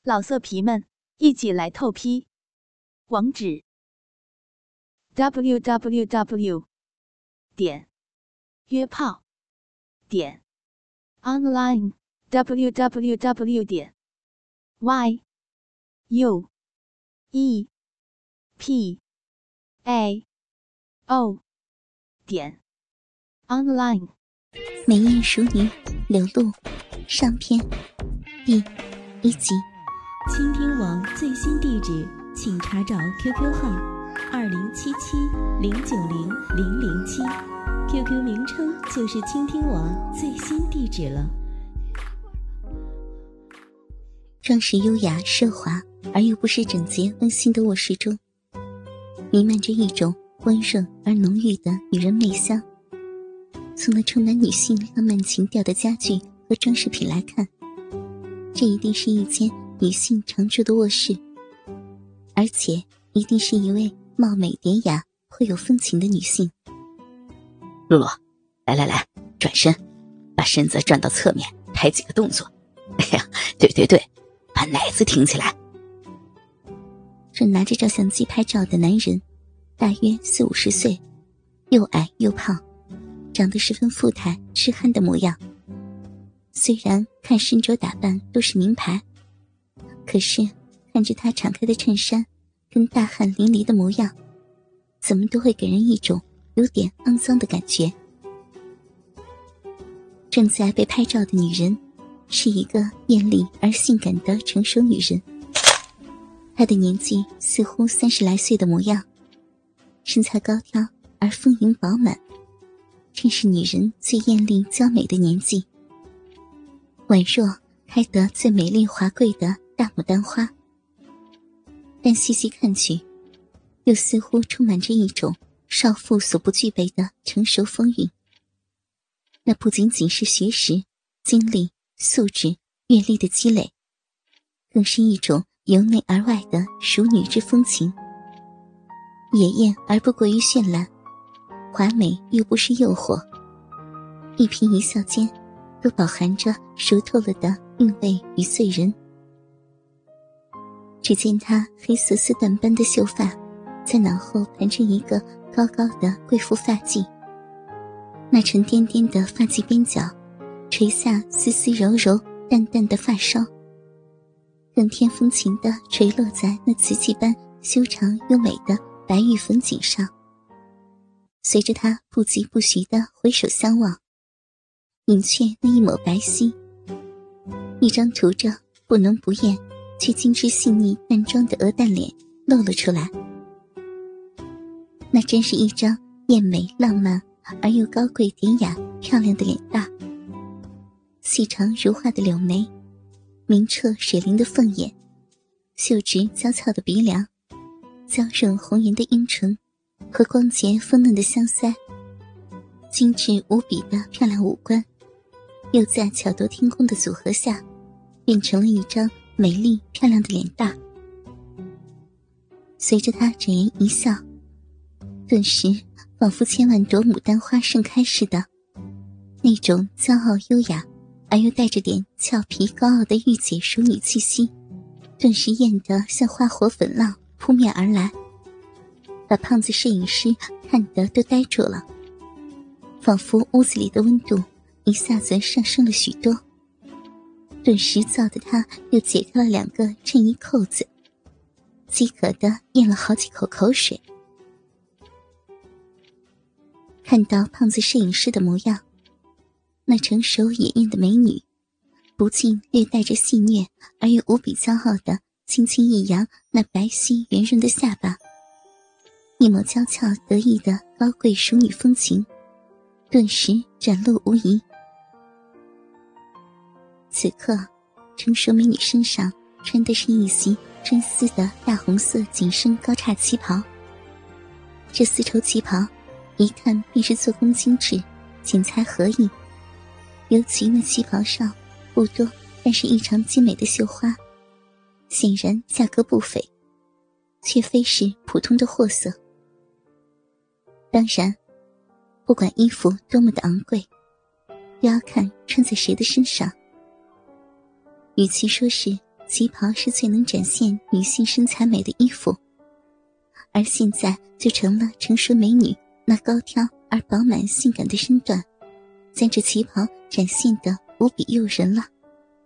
老色皮们，一起来透批！网址 www.约炮online www.yuepao.online。 美艳熟女柳露上篇第1集。 倾听网最新地址，请查找 QQ 号2077-090-007 ，QQ 名称就是倾听网最新地址了。 装饰优雅奢华而又不失整洁温馨的卧室中，弥漫着一种温润而浓郁的女人媚香。从那充满女性浪漫情调的家具和装饰品来看，这一定是一间女性常住的卧室，而且一定是一位貌美典雅会有风情的女性。 露露，来，转身，把身子转到侧面，拍几个动作。哎呀，对，把奶子挺起来。 正拿着照相机拍照的男人大约40-50岁，又矮又胖，长得十分富态痴汉的模样。虽然看身着打扮都是名牌，可是看着他敞开的衬衫跟大汗淋漓的模样，怎么都会给人一种有点肮脏的感觉。正在被拍照的女人是一个艳丽而性感的成熟女人，她的年纪似乎30来岁的模样，身材高挑而丰盈饱满，正是女人最艳丽娇美的年纪，宛若开得最美丽华贵的大牡丹花。但细细看去，又似乎充满着一种少妇所不具备的成熟风韵。那不仅仅是学识、经历、素质、阅历的积累，更是一种由内而外的淑女之风情，野艳而不过于绚烂，华美又不失诱惑，一颦一笑间都饱含着熟透了的韵味与醉人。只见她黑色丝缎般的秀发在脑后盘成一个高高的贵妇发髻，那沉甸甸的发髻边角垂下丝丝柔柔淡淡的发梢，更添风情地垂落在那瓷器般修长优美的白玉粉颈上。随着她不疾不徐地回首相望，隐却那一抹白皙，一张涂着不浓不艳却精致细腻淡妆的鹅蛋脸露了出来。那真是一张艳美浪漫而又高贵典雅漂亮的脸蛋，细长如画的柳眉，明澈水灵的凤眼，秀直娇俏的鼻梁，娇润红颜的樱唇和光洁丰嫩的香腮，精致无比的漂亮五官，又在巧夺天工的组合下变成了一张美丽漂亮的脸蛋。随着她转颜一笑，顿时仿佛千万朵牡丹花盛开似的，那种骄傲优雅而又带着点俏皮高傲的御姐淑女气息顿时艳得像花火粉浪扑面而来，把胖子摄影师看得都呆住了，仿佛屋子里的温度一下子上升了许多，顿时燥得他又解开了2个衬衣扣子，饥渴地咽了好几口口水。看到胖子摄影师的模样，那成熟野艳的美女不禁略带着戏谑而又无比骄傲地轻轻一扬那白皙圆润的下巴，一抹娇俏得意的高贵淑女风情顿时展露无遗。此刻成熟美女身上穿的是一袭真丝的大红色紧身高叉旗袍，这丝绸旗袍一看便是做工精致，剪裁合意，尤其那旗袍上不多但是异常精美的绣花，显然价格不菲，却非是普通的货色。当然，不管衣服多么的昂贵，都要看穿在谁的身上。与其说是旗袍是最能展现女性身材美的衣服，而现在就成了成熟美女那高挑而饱满性感的身段，将这旗袍展现得无比诱人了。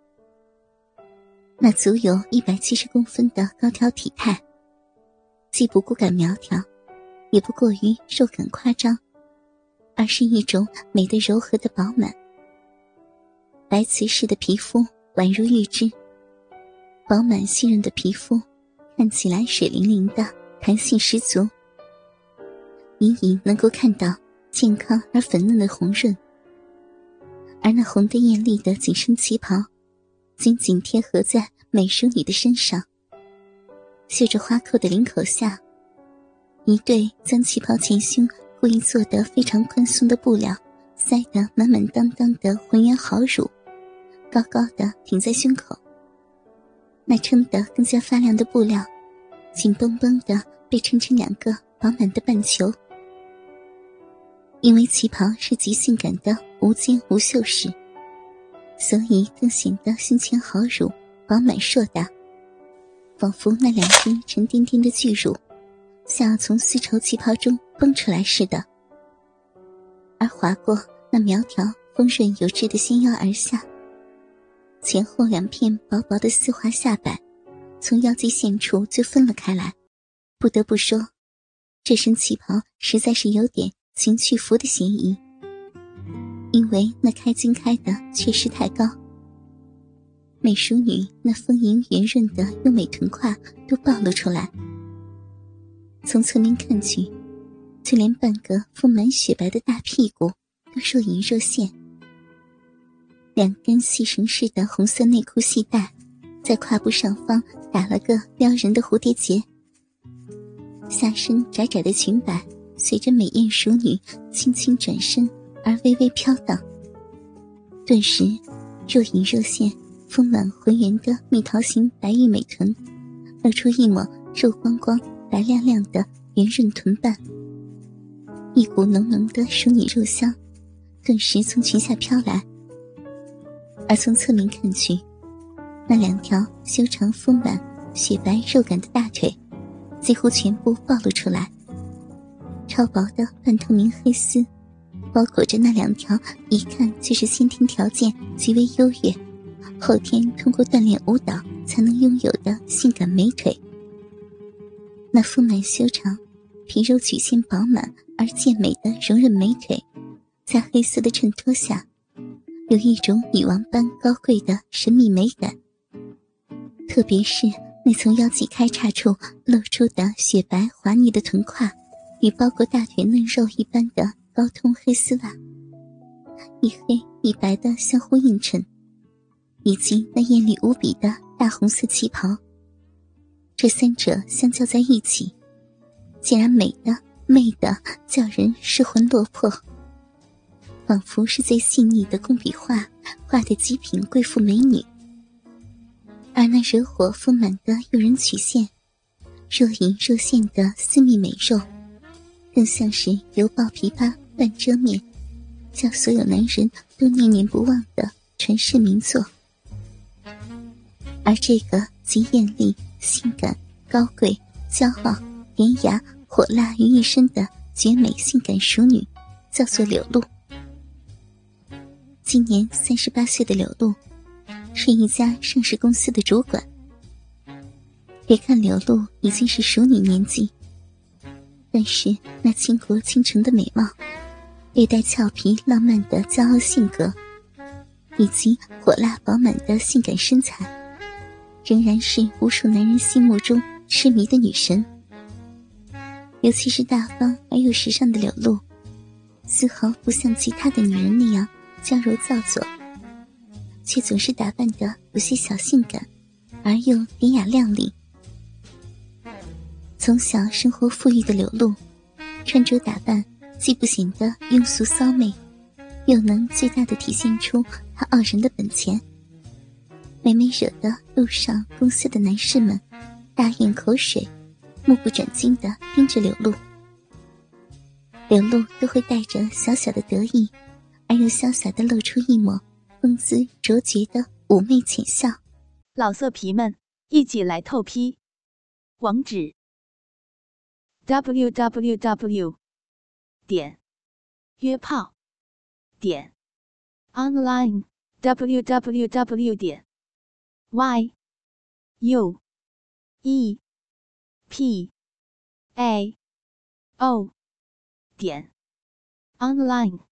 那足有170公分的高挑体态，既不骨感苗条，也不过于肉感夸张，而是一种美得柔和的饱满。白瓷似的皮肤宛如玉脂，饱满细润的皮肤看起来水灵灵的，弹性十足，隐隐能够看到健康而粉嫩的红润。而那红得艳丽的紧身旗袍紧紧贴合在美淑女的身上，绣着花扣的领口下，一对将旗袍前胸故意做得非常宽松的布料塞得满满当当的浑圆好乳高高的挺在胸口，那撑得更加发亮的布料紧绷绷地被撑成2个饱满的半球。因为旗袍是极性感的无肩无袖式，所以更显得胸前好乳饱满硕大，仿佛那2根沉甸甸的巨乳像要从丝绸旗袍中蹦出来似的。而划过那苗条丰润有致的纤腰而下，前后2片薄薄的丝滑下摆从腰际线处就分了开来。不得不说，这身旗袍实在是有点情趣服的嫌疑，因为那开襟开的确实太高，美淑女那丰盈圆润的优美臀胯都暴露出来。从侧面看去，就连半个丰满雪白的大屁股都若隐若现。2根细绳式的红色内裤系带在胯部上方打了个撩人的蝴蝶结，下身窄窄的裙摆随着美艳淑女轻轻转身而微微飘荡，顿时若隐若现丰满浑圆的蜜桃形白玉美臀露出一抹肉光光白亮亮的圆润臀瓣，一股浓浓的淑女肉香顿时从裙下飘来。而从侧面看去，那2条修长丰满雪白肉感的大腿几乎全部暴露出来，超薄的半透明黑丝包裹着那2条一看就是先天条件极为优越，后天通过锻炼舞蹈才能拥有的性感美腿。那丰满修长皮肉曲线饱满而健美的柔韧美腿，在黑色的衬托下有一种女王般高贵的神秘美感。特别是那从腰际开叉处露出的雪白滑腻的臀胯与包裹大腿嫩肉一般的高筒黑丝袜，一黑一白的相互映衬，以及那艳丽无比的大红色旗袍，这3者相较在一起，竟然美的叫人失魂落魄，仿佛是最细腻的工笔画画的极品贵妇美女。而那惹火丰满的诱人曲线，若隐若现的私密美肉，更像是油爆琵琶半遮面，叫所有男人都念念不忘的传世名作。而这个集艳丽、性感、高贵、骄傲、典雅、火辣于一身的绝美性感淑女，叫做柳露。今年38岁的柳露是一家上市公司的主管。别看柳露已经是熟女年纪，但是那倾国倾城的美貌，略带俏皮浪漫的骄傲性格，以及火辣饱满的性感身材，仍然是无数男人心目中痴迷的女神。尤其是大方而又时尚的柳露，丝毫不像其他的女人那样娇柔造作，却总是打扮得有些小性感而又典雅靓丽。从小生活富裕的柳露，穿着打扮既不显得庸俗骚媚，又能最大的体现出她傲人的本钱，每每惹得路上公司的男士们大咽口水，目不转睛地盯着柳露。柳露都会带着小小的得意，而又潇洒地露出一抹风姿卓绝的妩媚浅笑。 老色皮们，一起来透批！网址 ：www.约炮.online www.yuepao.online